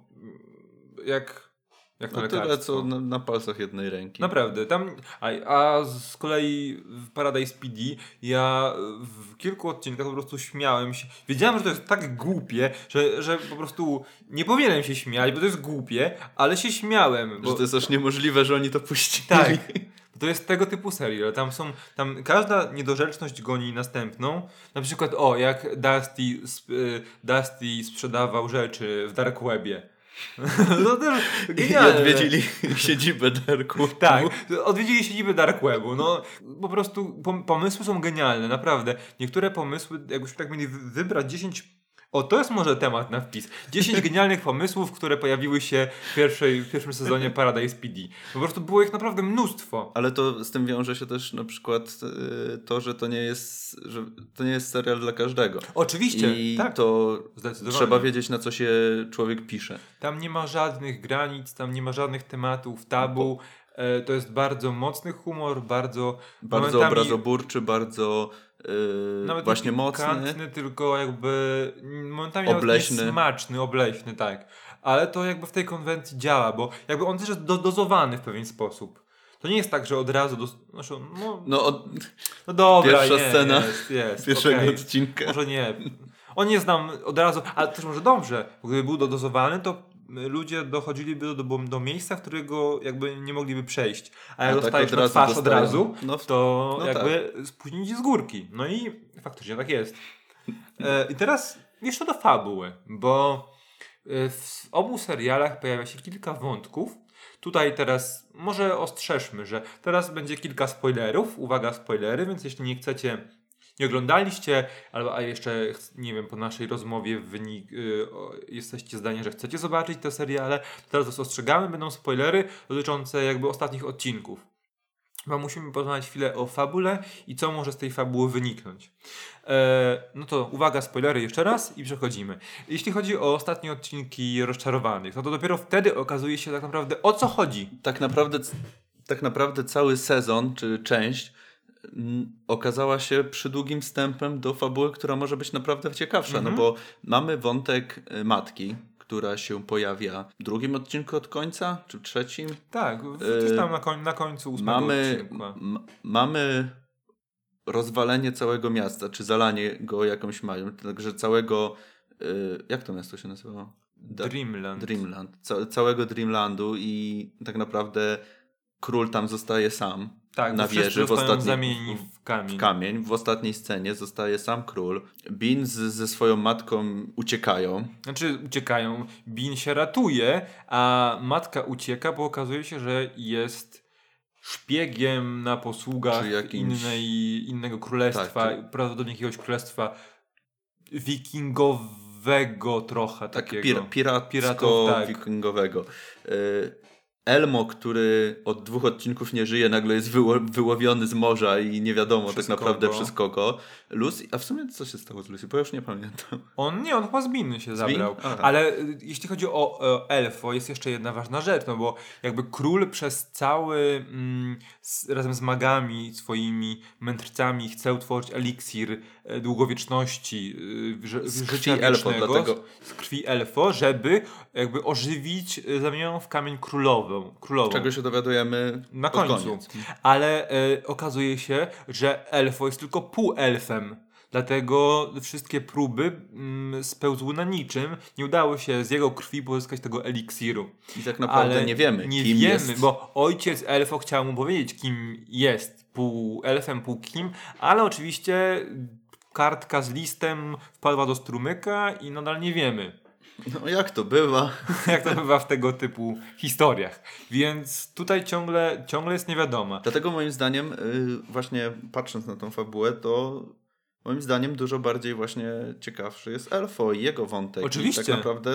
jak, jak na No tyle, lekarstwo. co na, na palcach jednej ręki. Naprawdę, tam, a, a z kolei w Paradise P D ja w kilku odcinkach po prostu śmiałem się. Wiedziałem, że to jest tak głupie, że, że po prostu nie powinienem się śmiać, bo to jest głupie, ale się śmiałem. Bo... Że to jest aż niemożliwe, że oni to puścili. Tak. To jest tego typu serial. Tam są, tam każda niedorzeczność goni następną. Na przykład, o, jak Dusty, sp, y, Dusty sprzedawał rzeczy w Dark Webie. No też I genialne. odwiedzili siedzibę Dark Webu. Tak, odwiedzili siedzibę Dark Webu. No, po prostu pom- pomysły są genialne, naprawdę. Niektóre pomysły, jakbyśmy tak mieli wy- wybrać dziesięć... O, to jest może temat na wpis. dziesięć genialnych pomysłów, które pojawiły się w, pierwszej, w pierwszym sezonie Paradise P D. Po prostu było ich naprawdę mnóstwo. Ale to z tym wiąże się też na przykład y, to, że to nie jest, że to nie jest serial dla każdego. Oczywiście, I tak. to Zdecydowanie. trzeba wiedzieć, na co się człowiek pisze. Tam nie ma żadnych granic, tam nie ma żadnych tematów, tabu. E, to jest bardzo mocny humor, bardzo... Bardzo momentami- obrazoburczy, bardzo y, Nawet właśnie nie mocny. pikantny, tylko jakby momentami nawet Obleśny. nie smaczny, obleśny, tak. Ale to jakby w tej konwencji działa, bo jakby on też jest do, dozowany w pewien sposób. To nie jest tak, że od razu... Dos- znaczy, no, No, od, no dobra, pierwsza nie, scena jest, jest, pierwszego okej. odcinka. Może nie. On nie znam od razu, ale też może dobrze, bo gdyby był dodozowany, to ludzie dochodziliby do, do, do miejsca, którego jakby nie mogliby przejść. A jak A tak dostajesz od na razu twarz od dostają. razu, No w- to no jakby spóźni ci z górki. No i faktycznie tak jest. E, I teraz jeszcze do fabuły, bo e, w obu serialach pojawia się kilka wątków. Tutaj teraz może ostrzeżmy, że teraz będzie kilka spoilerów. Uwaga, spoilery, więc jeśli nie chcecie, nie oglądaliście, albo a jeszcze, nie wiem, po naszej rozmowie wynik, y, o, jesteście zdania, że chcecie zobaczyć te seriale, to teraz was ostrzegamy, będą spoilery dotyczące jakby ostatnich odcinków. Bo musimy porozmawiać chwilę o fabule i co może z tej fabuły wyniknąć. E, no to uwaga, spoilery jeszcze raz i przechodzimy. Jeśli chodzi o ostatnie odcinki Rozczarowanych, no to dopiero wtedy okazuje się tak naprawdę, o co chodzi. Tak naprawdę, tak naprawdę cały sezon, czy część m, okazała się przydługim wstępem do fabuły, która może być naprawdę ciekawsza, Mhm. no bo mamy wątek y, matki, która się pojawia w drugim odcinku od końca, czy w trzecim. Tak, gdzieś tam na, koń, na końcu ósmego Mamy, odcinka. m- mamy rozwalenie całego miasta, czy zalanie go jakąś mają, także całego, y, jak to miasto się nazywało? Da- Dreamland. Dreamland. Ca- całego Dreamlandu i tak naprawdę król tam zostaje sam. Tak, na bo wszyscy wieży w zostają ostatniej- zamienieni w kamień. W kamień. W ostatniej scenie zostaje sam król. Bean z, ze swoją matką uciekają. Znaczy uciekają. Bean się ratuje, a matka ucieka, bo okazuje się, że jest szpiegiem na posługach Czy jakimś- innej, innego królestwa, Tak, prawdopodobnie jakiegoś królestwa wikingowego trochę Tak, takiego. pir- Piratów, tak. piratowsko-wikingowego. Y, Elmo, który od dwóch odcinków nie żyje, nagle jest wyło- wyłowiony z morza i nie wiadomo Przez tak naprawdę kogo. przez kogo. Lucy, a w sumie co się stało z Lucy? Bo ja już nie pamiętam. On nie, on chyba z Bean się Bean? zabrał. Aha. Ale y, jeśli chodzi o, o Elfo, jest jeszcze jedna ważna rzecz, no bo jakby król przez cały, mm, z, razem z magami swoimi, mędrcami chce utworzyć eliksir e, długowieczności, y, ży, Z życia krwi Elfo, wiecznego, dlatego- z krwi Elfo, żeby jakby ożywić y, zamienioną w kamień królową. królową. Czego się dowiadujemy Na pod końcu. koniec. Ale e, okazuje się, że Elfo jest tylko półelfem. Dlatego wszystkie próby mm, spełzły na niczym. Nie udało się z jego krwi pozyskać tego eliksiru. I tak naprawdę Ale nie wiemy, nie kim wiemy, jest. bo ojciec Elfo chciał mu powiedzieć, kim jest. Pół elfem, pół kim. Ale oczywiście kartka z listem wpadła do strumyka i nadal nie wiemy. No jak to bywa? Jak to bywa w tego typu historiach. Więc tutaj ciągle, ciągle jest niewiadoma. Dlatego moim zdaniem, y, właśnie patrząc na tą fabułę, to moim zdaniem dużo bardziej właśnie ciekawszy jest Elfo i jego wątek. Oczywiście. I tak naprawdę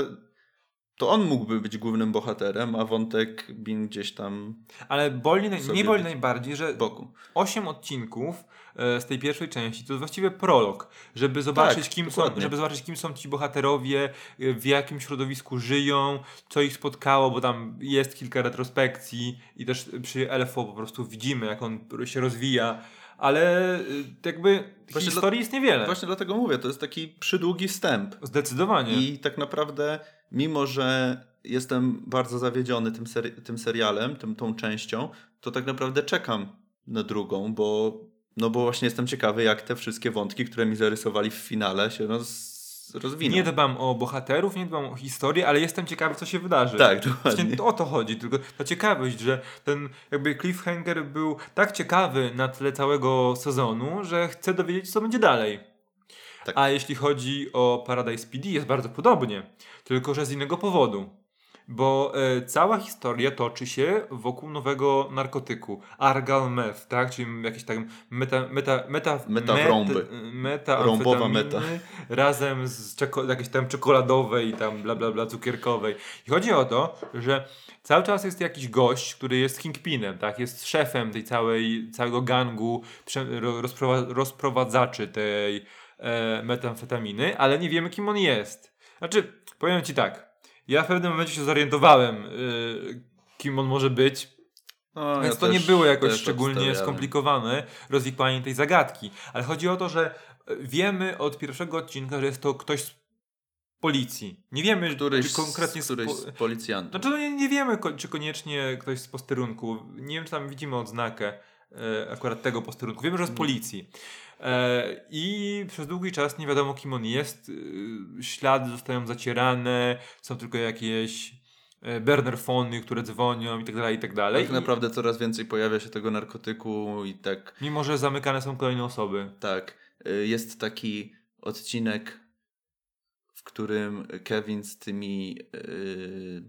to on mógłby być głównym bohaterem, a wątek Bean gdzieś tam Ale boli, naj- sobie mnie boli być najbardziej, że w boku. osiem odcinków e, z tej pierwszej części to jest właściwie prolog, żeby zobaczyć, Tak, kim są, dokładnie. żeby zobaczyć, kim są ci bohaterowie, e, w jakim środowisku żyją, co ich spotkało, bo tam jest kilka retrospekcji i też przy Elfo po prostu widzimy, jak on się rozwija, ale e, jakby Właśnie historii jest niewiele. Właśnie dlatego mówię, to jest taki przydługi wstęp. Zdecydowanie. I tak naprawdę, mimo że jestem bardzo zawiedziony tym, seri- tym serialem, tym, tą częścią, to tak naprawdę czekam na drugą, bo, no bo właśnie jestem ciekawy, jak te wszystkie wątki, które mi zarysowali w finale, się roz, rozwiną. Nie dbam o bohaterów, nie dbam o historię, ale jestem ciekawy, co się wydarzy. Tak, dokładnie. Właśnie o to chodzi, tylko ta ciekawość, że ten jakby cliffhanger był tak ciekawy na tle całego sezonu, że chcę dowiedzieć się, co będzie dalej. Tak. A jeśli chodzi o Paradise P D, jest bardzo podobnie, tylko że z innego powodu. Bo e, cała historia toczy się wokół nowego narkotyku. Argal meth, tak? Czyli jakieś tam meta... meta, meta Metawrąby. meta Rąbowa meta. razem z czeko- jakiejś tam czekoladowej, tam bla bla bla cukierkowej. I chodzi o to, że cały czas jest jakiś gość, który jest kingpinem, tak? Jest szefem tej całej, całego gangu prze- ro- rozprowa- rozprowadzaczy tej e, metamfetaminy, ale nie wiemy, kim on jest. Znaczy, powiem ci tak, ja w pewnym momencie się zorientowałem, y, kim on może być, No, więc ja to nie też- było jakoś też szczególnie obstawiałem. skomplikowane rozwikłanie tej zagadki. Ale chodzi o to, że wiemy od pierwszego odcinka, że jest to ktoś z policji. Nie wiemy, Któryś, czy konkretnie z, któryś po- z policjantów. Znaczy, no nie, nie wiemy, ko- czy koniecznie ktoś z posterunku. Nie wiem, czy tam widzimy odznakę e, akurat tego posterunku. Wiemy, że z policji. E, I przez długi czas nie wiadomo, kim on jest. E, ślady zostają zacierane, są tylko jakieś burner-fony, które dzwonią i tak dalej, i tak dalej. Tak naprawdę coraz więcej pojawia się tego narkotyku i tak... Mimo, że zamykane są kolejne osoby. Tak. Jest taki odcinek, w którym Kevin z tymi yy,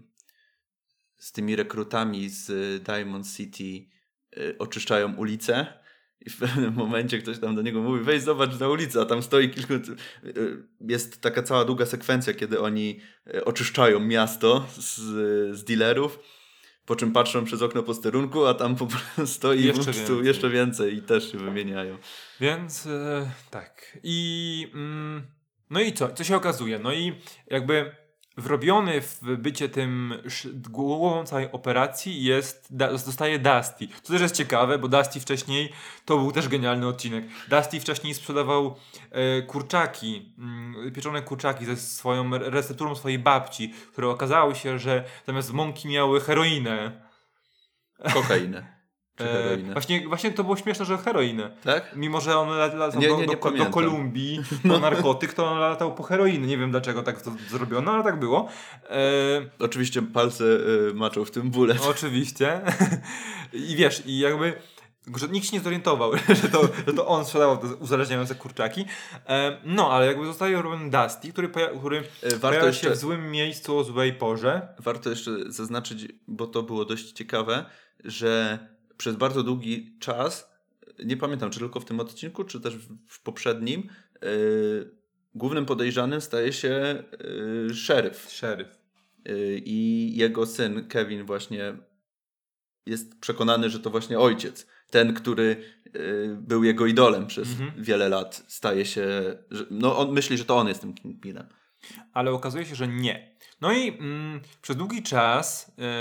z tymi rekrutami z Diamond City yy, oczyszczają ulicę i w pewnym momencie ktoś tam do niego mówi: weź zobacz na ulicę, a tam stoi kilku... Yy, jest taka cała długa sekwencja, kiedy oni oczyszczają miasto z, z dealerów, po czym patrzą przez okno posterunku, a tam po prostu stoi jeszcze, po prostu więcej. jeszcze więcej i też się wymieniają. Więc e, tak. I mm, no i co? Co się okazuje? No i jakby wrobiony w bycie tym głową całej operacji jest, da, zostaje Dusty. To też jest ciekawe, bo Dusty wcześniej, to był też genialny odcinek. Dusty wcześniej sprzedawał e, kurczaki, m, pieczone kurczaki ze swoją recepturą swojej babci, które okazało się, że zamiast mąki miały heroinę. Kokainę. Czy heroinę? E, właśnie, właśnie to było śmieszne, że heroinę. Tak? Mimo, że on latał nie, do, nie, nie do, do Kolumbii no. po narkotyk, to on latał po heroinę. Nie wiem dlaczego tak to zrobiono, ale tak było. E, Oczywiście palce y, maczą w tym bóle. Oczywiście. I wiesz, i jakby że nikt się nie zorientował, że to, że to on sprzedawał te uzależniające kurczaki. E, no, ale jakby zostaje robiony Dusty, który, poja- który Warto pojawia jeszcze... się w złym miejscu o złej porze. Warto jeszcze zaznaczyć, bo to było dość ciekawe, że przez bardzo długi czas, nie pamiętam czy tylko w tym odcinku, czy też w, w poprzednim, yy, głównym podejrzanym staje się yy, szeryf. Szeryf. Yy, I jego syn Kevin właśnie jest przekonany, że to właśnie ojciec. Ten, który yy, był jego idolem przez mhm. wiele lat, staje się... Że, no on myśli, że to on jest tym Kingpinem. Ale okazuje się, że nie. No i mm, przez długi czas yy,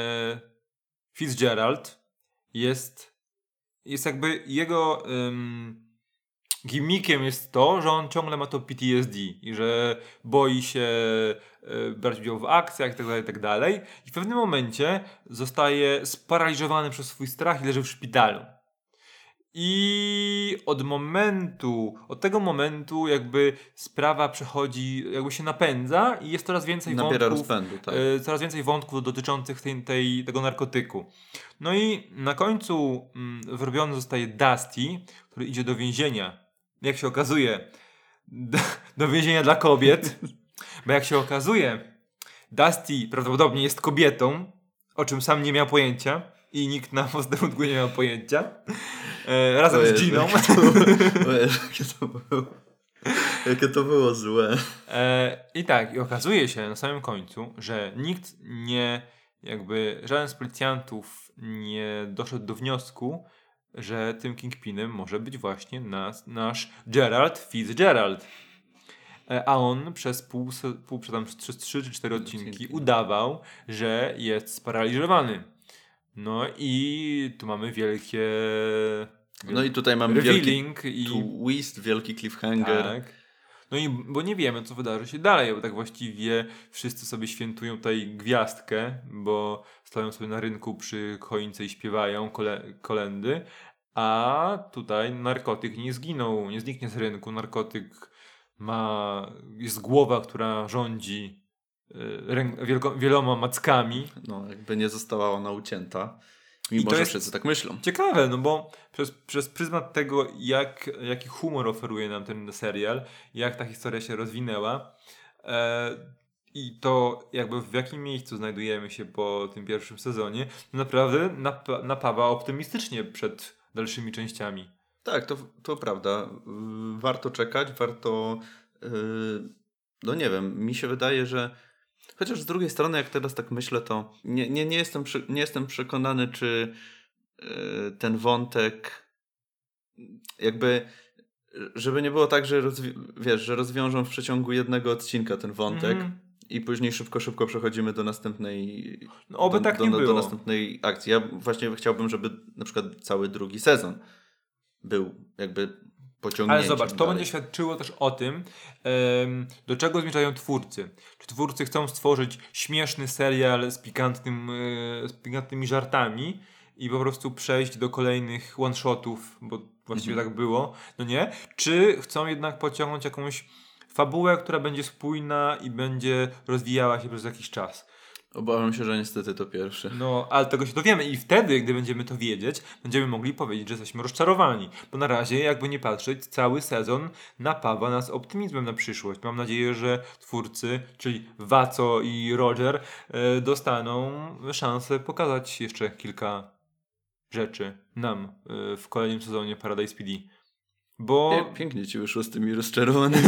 Fitzgerald jest, jest jakby jego ym, gimmickiem jest to, że on ciągle ma to P T S D i że boi się y, brać udział w akcjach itd., itd. I w pewnym momencie zostaje sparaliżowany przez swój strach i leży w szpitalu. I od momentu, od tego momentu jakby sprawa przechodzi, jakby się napędza i jest coraz więcej Nabiera wątków, rozpędu, tak. y, coraz więcej wątków dotyczących tej, tej, tego narkotyku. No i na końcu mm, wyrobiony zostaje Dusty, który idzie do więzienia. Jak się okazuje, do, do więzienia dla kobiet, bo jak się okazuje, Dusty prawdopodobnie jest kobietą, o czym sam nie miał pojęcia. I nikt na posterunku nie miał pojęcia. E, razem Jezu, z Giną. Jakie to, jakie, to było, jakie to było złe. E, I tak, i okazuje się na samym końcu, że nikt nie, jakby żaden z policjantów nie doszedł do wniosku, że tym Kingpinem może być właśnie nas, nasz Gerald Fitzgerald. E, a on przez pół, pół tam, przez trzy czy cztery odcinki udawał, że jest sparaliżowany. No i tu mamy wielkie... No i tutaj mamy wielki i... twist, wielki cliffhanger. Tak. No i bo nie wiemy, co wydarzy się dalej, bo tak właściwie wszyscy sobie świętują tutaj gwiazdkę, bo stoją sobie na rynku przy choince i śpiewają kole- kolendy, a tutaj narkotyk nie zginął, nie zniknie z rynku. Narkotyk ma... jest głowa, która rządzi Rę- wielko- wieloma mackami. No, jakby nie została ona ucięta. Mimo, że wszyscy tak myślą. Ciekawe, no bo przez, przez pryzmat tego, jak, jaki humor oferuje nam ten serial, jak ta historia się rozwinęła e, i to jakby w jakim miejscu znajdujemy się po tym pierwszym sezonie, naprawdę nap- napawa optymistycznie przed dalszymi częściami. Tak, to, to prawda. Warto czekać, warto... Yy, no nie wiem, mi się wydaje, że chociaż z drugiej strony, jak teraz tak myślę, to nie, nie, nie, jestem, przy, nie jestem przekonany, czy yy, ten wątek jakby, żeby nie było tak, że, rozwi- wiesz, że rozwiążą w przeciągu jednego odcinka ten wątek mm. i później szybko, szybko przechodzimy do następnej no, oby do, tak do, nie do, było. do następnej akcji. Ja właśnie chciałbym, żeby na przykład cały drugi sezon był jakby Ale zobacz, to dalej. Będzie świadczyło też o tym, um, do czego zmierzają twórcy. Czy twórcy chcą stworzyć śmieszny serial z, pikantnym, e, z pikantnymi żartami i po prostu przejść do kolejnych one-shotów, bo właściwie mhm. tak było, no nie? Czy chcą jednak pociągnąć jakąś fabułę, która będzie spójna i będzie rozwijała się przez jakiś czas. Obawiam się, że niestety to pierwszy. No, ale tego się dowiemy i wtedy, gdy będziemy to wiedzieć, będziemy mogli powiedzieć, że jesteśmy rozczarowani. Bo na razie, jakby nie patrzeć, cały sezon napawa nas optymizmem na przyszłość. Mam nadzieję, że twórcy, czyli Waco i Roger, e, dostaną szansę pokazać jeszcze kilka rzeczy nam e, w kolejnym sezonie Paradise P D. Bo... Pie- Pięknie ci wyszło z tymi rozczarowanymi.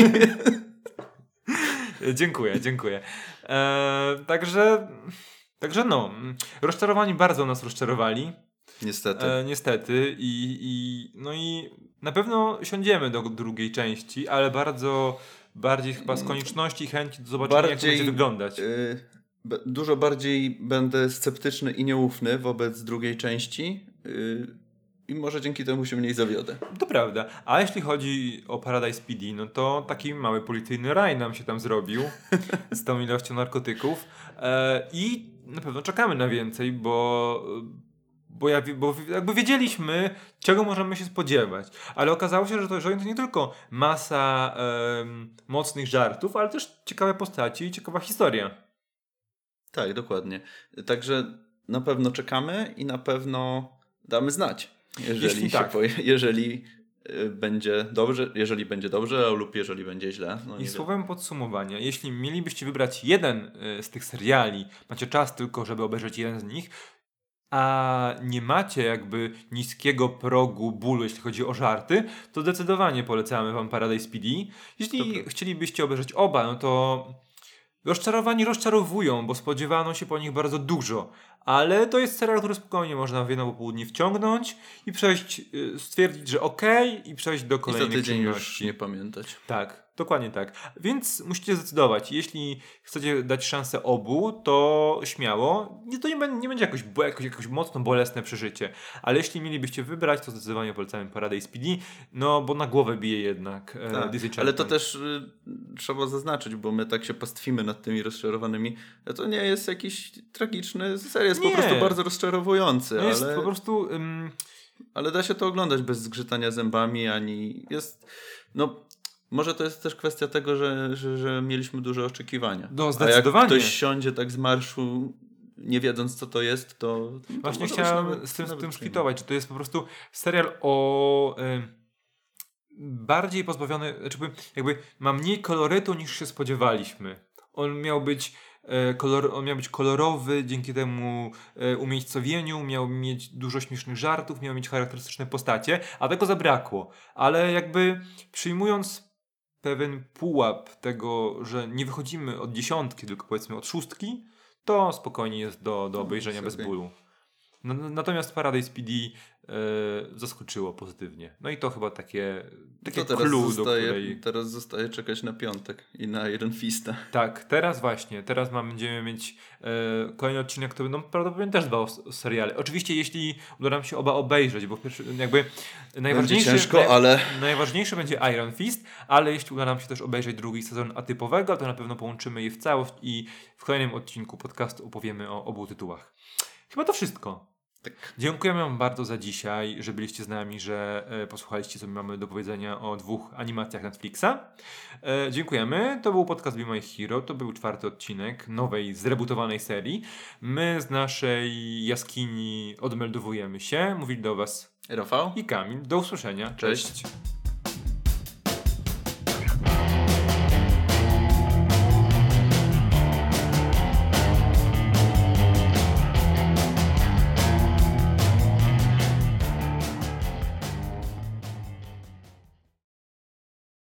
Dziękuję, dziękuję. E, także, także no, rozczarowani bardzo nas rozczarowali. Niestety. E, niestety i, i no i na pewno siądziemy do drugiej części, ale bardzo bardziej chyba z konieczności i chęci do zobaczenia, bardziej, jak to będzie wyglądać. Y, b- dużo bardziej będę sceptyczny i nieufny wobec drugiej części. Y, I może dzięki temu się mniej zawiodę. To prawda. A jeśli chodzi o Paradise P D, no to taki mały policyjny raj nam się tam zrobił z tą ilością narkotyków. E, I na pewno czekamy na więcej, bo, bo, ja, bo jakby wiedzieliśmy, czego możemy się spodziewać. Ale okazało się, że to, że to nie tylko masa em, mocnych żartów, ale też ciekawe postaci i ciekawa historia. Tak, dokładnie. Także na pewno czekamy i na pewno damy znać. Jeżeli, Jeśli się tak. poje, jeżeli y, będzie dobrze, jeżeli będzie dobrze lub jeżeli będzie źle. No I nie słowem podsumowania, jeśli mielibyście wybrać jeden y, z tych seriali, macie czas tylko, żeby obejrzeć jeden z nich, a nie macie jakby niskiego progu bólu, jeśli chodzi o żarty, to zdecydowanie polecamy wam Paradise P D. Jeśli Dobra. chcielibyście obejrzeć oba, no to rozczarowani rozczarowują, bo spodziewano się po nich bardzo dużo. Ale to jest serial, który spokojnie można w jedno popołudnie wciągnąć i przejść, y, stwierdzić, że okej, okay, i przejść do I za kolejnych tydzień już czynności. nie pamiętać. Tak, dokładnie tak. Więc musicie zdecydować. Jeśli chcecie dać szansę obu, to śmiało. Nie, to nie, będzie- nie będzie jakoś, bo- jakoś, jakoś mocno bolesne przeżycie. Ale jeśli mielibyście wybrać, to zdecydowanie polecamy Paradise P D. No, bo na głowę bije jednak e, Tak, Disney ale to Channel. też y, trzeba zaznaczyć, bo my tak się pastwimy nad tymi rozczarowanymi. To nie jest jakiś tragiczny serial, jest Nie. po prostu bardzo rozczarowujący, No jest ale, po prostu... ym, ale da się to oglądać bez zgrzytania zębami, ani jest... No, może to jest też kwestia tego, że, że, że mieliśmy duże oczekiwania. No, A zdecydowanie. jak ktoś siądzie tak z marszu, nie wiedząc co to jest, to... to Właśnie może być chciałem nawet- z tym, z nawet tym przyjemnie. skwitować, że to jest po prostu serial o... ym, bardziej pozbawiony, znaczy jakby ma mniej kolorytu niż się spodziewaliśmy. On miał być, e, kolor, on miał być kolorowy, dzięki temu e, umiejscowieniu, miał mieć dużo śmiesznych żartów, miał mieć charakterystyczne postacie, a tego zabrakło. Ale jakby przyjmując pewien pułap tego, że nie wychodzimy od dziesiątki, tylko powiedzmy od szóstki, to spokojnie jest do, do No, obejrzenia bez okej. bólu. No, natomiast Paradise P D e, zaskoczyło pozytywnie. No i to chyba takie, takie To teraz clue, do zostaje, której... teraz zostaje czekać na piątek i na Iron Fista. Tak, teraz właśnie, teraz mam, będziemy mieć e, kolejny odcinek, który no, prawdopodobnie też dba o, s- o seriale. Oczywiście jeśli uda nam się oba obejrzeć, bo pierwszy, jakby najważniejsze, ciężko, ale- najważniejsze będzie Iron Fist, ale jeśli uda nam się też obejrzeć drugi sezon atypowego, to na pewno połączymy je w całość i w kolejnym odcinku podcastu opowiemy o obu tytułach. Chyba to wszystko. Tak. Dziękujemy wam bardzo za dzisiaj, że byliście z nami, że e, posłuchaliście, co my mamy do powiedzenia o dwóch animacjach Netflixa. E, dziękujemy. To był podcast Be My Hero. To był czwarty odcinek nowej, zrebutowanej serii. My z naszej jaskini odmeldowujemy się. Mówili do was Rafał? i Kamil. Do usłyszenia. Cześć. Cześć.